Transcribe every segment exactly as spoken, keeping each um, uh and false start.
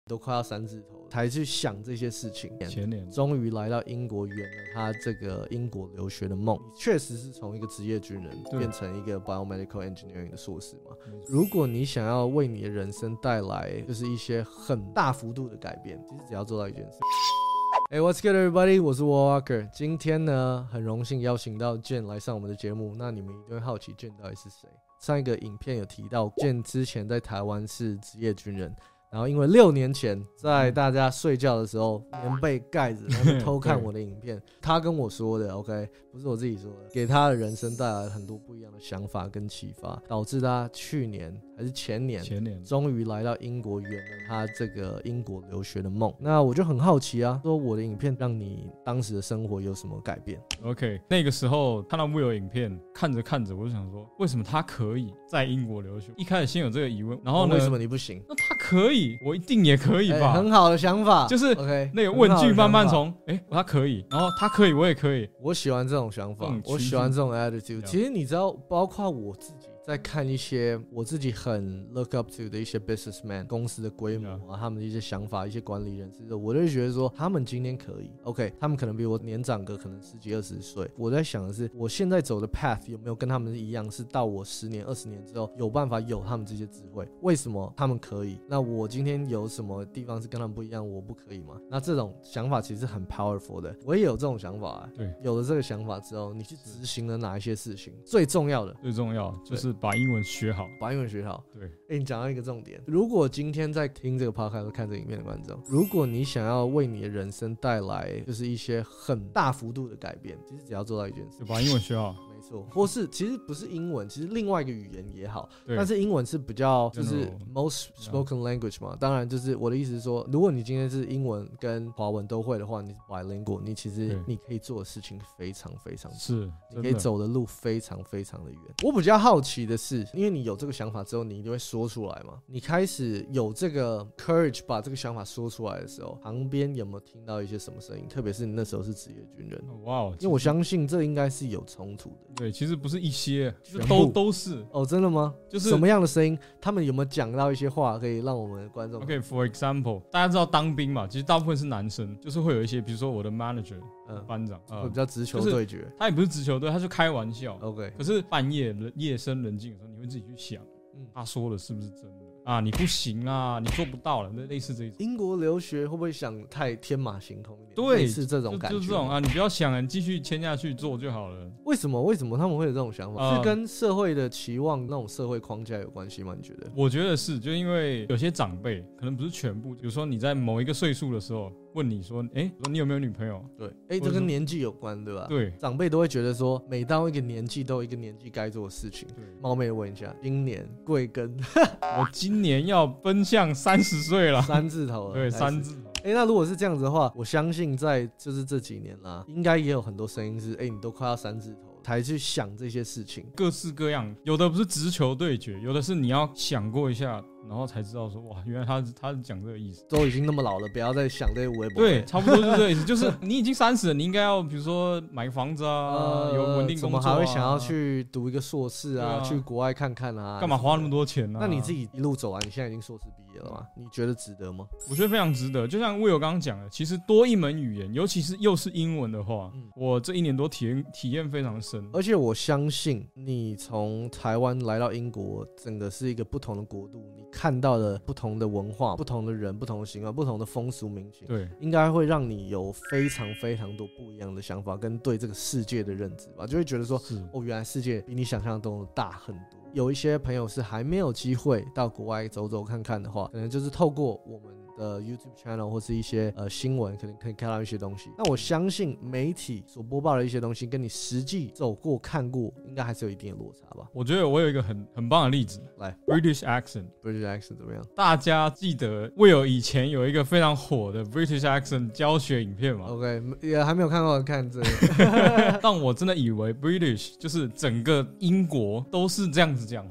都快要三字头才去想这些事情。 前年终于来到英国，圆了他这个英国留学的梦。确实是从一个职业军人变成一个 biomedical engineering 的硕士嘛。如果你想要为你的人生带来就是一些很大幅度的改变，其实只要做到一件事。Hey, what's good, everybody? 我是 Walker。今天呢，很荣幸邀请到 Jen 来上我们的节目。那你们一定会好奇 Jen 到底是谁？上一个影片有提到 Jen 之前在台湾是职业军人，然后因为六年前在大家睡觉的时候棉被盖着，然后偷看我的影片，他跟我说的 ，OK， 不是我自己说的，给他的人生带来了很多不一样的想法跟启发，导致他去年还是前年，前年终于来到英国，圆了他这个英国留学的梦。那我就很好奇啊，说我的影片让你当时的生活有什么改变 ？OK， 那个时候看到 Will 影片，看着看着我就想说，为什么他可以在英国留学？一开始先有这个疑问，然后呢， 为什么你不行？ 那他可以，我一定也可以吧？ 欸、很好的想法， 就是 OK， 那个问句慢慢从哎、欸、他可以，然后他可以，我也可以。 我喜欢这种想法，我喜欢这种 attitude。其实你知道，包括我自己在看一些我自己很 look up to 的一些 businessman 公司的规模啊，他们的一些想法，一些管理人士，我就觉得说他们今天可以 OK， 他们可能比我年长个可能十几二十岁。我在想的是，我现在走的 path 有没有跟他们一样，是到我十年二十年之后有办法有他们这些智慧？为什么他们可以？那我今天有什么地方是跟他们不一样，我不可以吗？那这种想法其实很 powerful 的，我也有这种想法、欸。 对， 有了这个想法之后，你去执行了哪一些事情？最重要的， 最重要就是把英文学好， 把英文学好。 对， 欸、你讲到一个重点，如果今天在听这个 podcast 或看这个影片的观众，如果你想要为你的人生带来就是一些很大幅度的改变，其实只要做到一件事， 就把英文学好。 没错，或是其实不是英文，其实另外一个语言也好，但是英文是比较就是 most spoken language 嘛。当然，就是我的意思是说，如果你今天是英文跟华文都会的话，你是 bilingual， 你其实你可以做的事情非常非常多， 是， 你可以走的路非常非常的远。我比较好奇的是，因为你有这个想法之后，你一定会说出来嘛。你开始有这个 courage 把这个想法说出来的时候，旁边有没有听到一些什么声音？特别是你那时候是职业军人， 哇、wow, 因为我相信这应该是有冲突的。 对，其实不是一些，就是都都是。 哦，真的吗？就是什么样的声音？他们有没有讲到一些话，可以让我们的观众 ？OK，for、okay, example， 大家知道当兵嘛，其实大部分是男生，就是会有一些，比如说我的 manager，嗯，班长， 会比较直球对决、就是。 他也不是直球对，他就开玩笑。 OK， 可是半夜夜深人静的时候，你会自己去想，嗯，他说的是不是真的？啊，你不行啊，你做不到了，类似这一种。 英国留学会不会想太天马行空一点？ 对， 类似这种感觉， 就, 就这种啊，你不要想了，你继续签下去做就好了。 为什么？为什么他们会有这种想法？呃、是跟社会的期望、那种社会框架有关系吗？你觉得？ 我觉得是，就因为有些长辈可能不是全部，比如说你在某一个岁数的时候。问你说，哎、欸，你有没有女朋友？ 对，哎、欸，这跟年纪有关，对吧？ 对， 长辈都会觉得说，每到一个年纪都有一个年纪该做的事情。对，冒昧的问一下，今年贵庚？ 我今年要奔向三十岁了， 三字頭了。 对，三字頭。 哎、欸，那如果是这样子的话，我相信在就是这几年啦，应该也有很多声音是，哎、欸，你都快要三字头才去想这些事情， 各式各样。有的不是直球对决，有的是你要想过一下。然后才知道说，哇，原来他他是讲这个意思。 都已经那么老了，不要再想这些微博。 对，差不多就是这个意思。就是你已经三十了，你应该要比如说买个房子啊，呃、有稳定工作、啊。 怎么还会想要去读一个硕士啊？啊去国外看看啊？ 干嘛花那么多钱呢、啊？ 那你自己一路走完，你现在已经硕士毕业了吗？你觉得值得吗？ 我觉得非常值得。就像Will刚刚讲的，其实多一门语言，尤其是又是英文的话，嗯、我这一年多体验体验非常深。 而且我相信你从台湾来到英国，整个是一个不同的国度，你看到了不同的文化、不同的人、不同的习惯、不同的风俗民情， 对， 应该会让你有非常非常多不一样的想法跟对这个世界的认知吧，就会觉得说，哦，原来世界比你想象中的大很多。有一些朋友是还没有机会到国外走走看看的话，可能就是透过我们的 YouTube channel 或是一些呃新闻，可能可以看到一些东西。那我相信媒体所播报的一些东西，跟你实际走过看过，应该还是有一定的落差吧。 我觉得我有一个很很棒的例子， 来 British accent。British accent 怎么样？ 大家记得 Will 以前有一个非常火的 British accent 教学影片吗 ？OK， 也还没有看过，看这个。 但我真的以为 British 就是整个英国都是这样子讲话。嗯，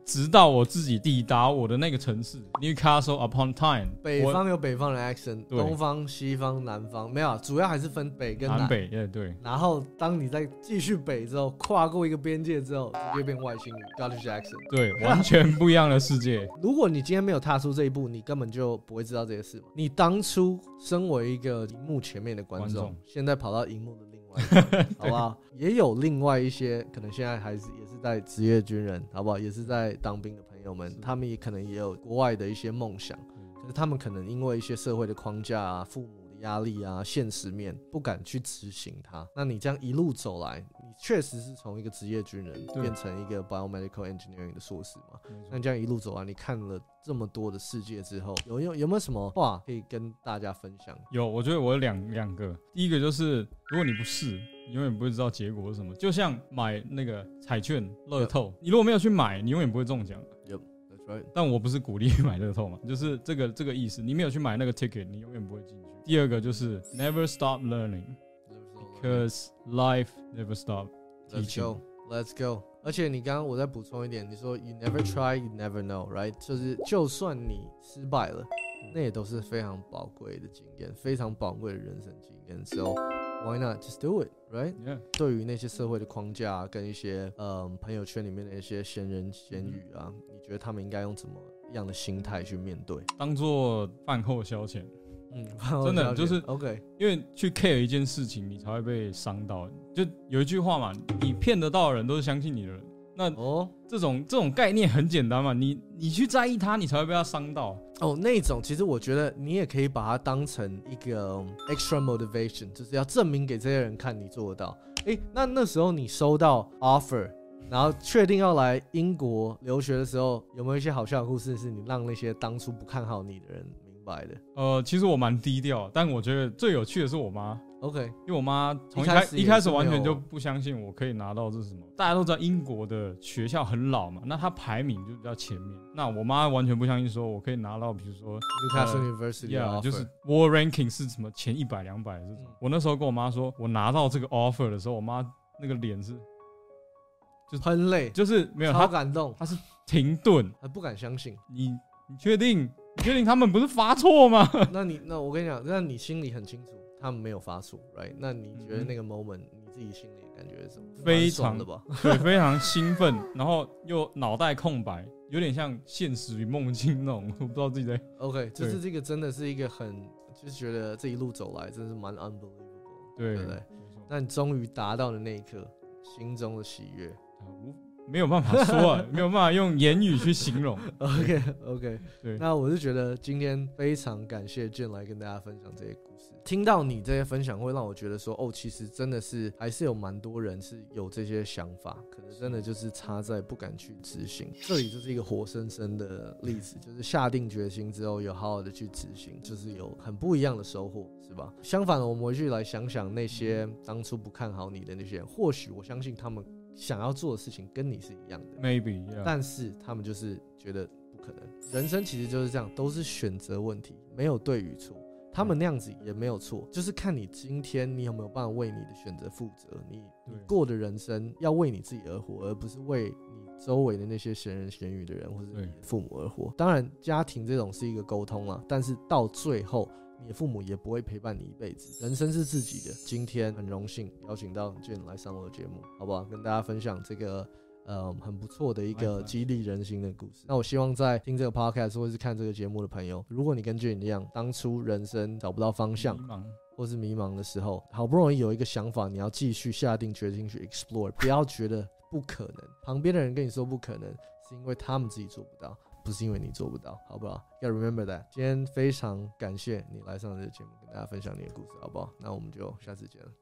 直到我自己抵达我的那个城市 Newcastle upon Tyne。 北方有北方的 accent， 东方、西方、南方没有，主要还是分北跟南。 南北，对对。 然后当你再继续北之后，跨过一个边界之后，直接变外星语 Scottish accent。 对，完全不一样的世界。 如果你今天没有踏出这一步，你根本就不会知道这些事嘛。你当初身为一个荧幕前面的观众，观众现在跑到荧幕的另外一边，好不好？也有另外一些可能现在还是也是在职业军人，好不好？也是在当兵的朋友们，他们也可能也有国外的一些梦想，可是他们可能因为一些社会的框架啊、父母的压力啊、现实面不敢去执行它。那你这样一路走来，你确实是从一个职业军人变成一个 biomedical engineering 的硕士嘛？那你这样一路走来，你看了这么多的世界之后，有有有没有什么话可以跟大家分享？ 有，我觉得我有两两个。第一个就是，如果你不试，你永远不会知道结果是什么。就像买那个彩券、乐透， yep. 你如果没有去买，你永遠不會中獎。 Yep, that's right. 但我不是鼓勵買樂透嘛，就是這個這個意思。你沒有去買那個 ticket， 你永遠不會進去。第二個就是 never stop learning, because life never stop teaching. Let's go, let's go. 而且你刚刚我再補充一點，你說 you never try, you never know, right? 就是就算你失敗了，那也都是非常寶貴的經驗，非常寶貴的人生經驗。So why not just do it, right? Yeah. 對於那些社會的框架、啊、跟一些、呃、朋友圈裡面的一些閒人閒語啊，你覺得他們應該用怎麼樣的心態去面對？ 當做飯後消遣。 嗯， 真的就是 OK， 因為去 care 一件事情，你才會被傷到。就有一句話嘛，你騙得到的人都是相信你的人。那哦，這種這種概念很簡單嘛，你你去在意他，你才會被他傷到。 哦，那種其實我覺得你也可以把它當成一個 extra motivation， 就是要證明給這些人看你做得到。誒，那那時候你收到 offer， 然後確定要來英國留學的時候，有沒有一些好笑的故事是你讓那些當初不看好你的人明白的？ 呃，其實我蠻低調，但我覺得最有趣的是我媽。 OK， 因為我媽從一開一開始完全就不相信我可以拿到這是什麼。大家都知道英國的學校很老嘛，那它排名就比較前面。那我媽完全不相信說我可以拿到，比如說 Newcastle University， yeah， 就是 World Ranking 是什麼前一百、兩百這種。嗯、我那時候跟我媽說，我拿到這個 offer 的時候，我媽那個臉是就噴淚， 就是沒有， 超感動， 她是停頓， 她不敢相信。 你你確定？你確定他們不是發錯嗎？ 那你那我跟你講，那你心裡很清楚。他們沒有發出 ，right？ 那你覺得那個 moment、嗯、你自己心裡的感覺是什麼？ 非常的吧，對，非常興奮，然後又腦袋空白，有點像現實與夢境那種，我不知道自己在。 OK， 就是這個真的是一個很，就是覺得這一路走來真的是蠻 unbelievable， 對， 對不對？那你終於達到的那一刻，心中的喜悅。 沒有辦法說啊，沒有辦法用言語去形容。 OK OK， 對， 那我是覺得今天非常感謝 Jin 來跟大家分享這些故事。聽到你這些分享，會讓我覺得說，哦，其實真的是還是有蠻多人是有這些想法，可能真的就是差在不敢去執行。這裡就是一個活生生的例子，就是下定決心之後，有好好的去執行，就是有很不一樣的收穫，是吧？相反的，我們回去來想想那些當初不看好你的那些人，或許我相信他們想要做的事情跟你是一樣的 ，maybe， yeah. 但是他們就是覺得不可能。人生其實就是這樣，都是選擇問題，沒有對與錯。他們那樣子也沒有錯，就是看你今天你有沒有辦法為你的選擇負責。你你過的人生要為你自己而活，而不是為你周圍的那些閒人閒語的人或者你的父母而活。當然，家庭這種是一個溝通啦，但是到最後，你的父母也不會陪伴你一輩子。人生是自己的。今天很榮幸邀請到 Jin 來上我的節目，好不好？跟大家分享這個呃很不錯的一個激勵人心的故事。那我希望在聽這個 podcast 或是看這個節目的朋友，如果你跟 Jin 一樣，當初人生找不到方向或是迷茫的時候，好不容易有一個想法，你要繼續下定決心去 explore， 不要覺得不可能。旁邊的人跟你說不可能，是因為他們自己做不到，不是因為你做不到，好不好？要 remember that。今天非常感謝你來上這個節目，跟大家分享你的故事，好不好？那我們就下次見了。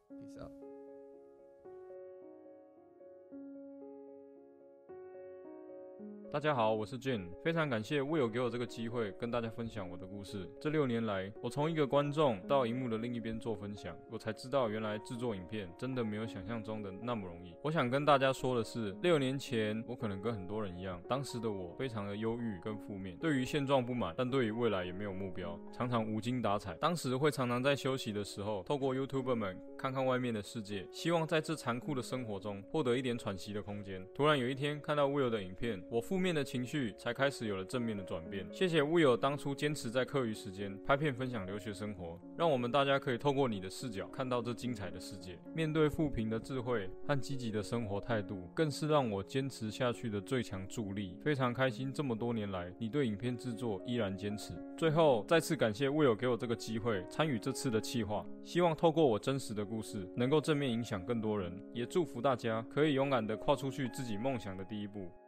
大家好，我是 Jin， 非常感謝 Will 給我這個機會跟大家分享我的故事。這六年來，我從一個觀眾到熒幕的另一邊做分享，我才知道原來製作影片真的沒有想象中的那麼容易。我想跟大家說的是，六年前我可能跟很多人一樣，當時的我非常的憂鬱跟負面，對於現狀不滿，但對於未來也沒有目標，常常無精打采。當時會常常在休息的時候，透過 YouTuber 們看看外面的世界，希望在這殘酷的生活中獲得一點喘息的空間。突然有一天看到 Will 的影片，我負面的情绪才开始有了正面的转变。谢谢 Will 当初坚持在课余时间拍片分享留学生活，让我们大家可以透过你的视角看到这精彩的世界。面对负评的智慧和积极的生活态度，更是让我坚持下去的最强助力。非常开心这么多年来你对影片制作依然坚持。最后再次感谢 Will 给我这个机会参与这次的企划，希望透过我真实的故事能够正面影响更多人，也祝福大家可以勇敢地跨出去自己梦想的第一步。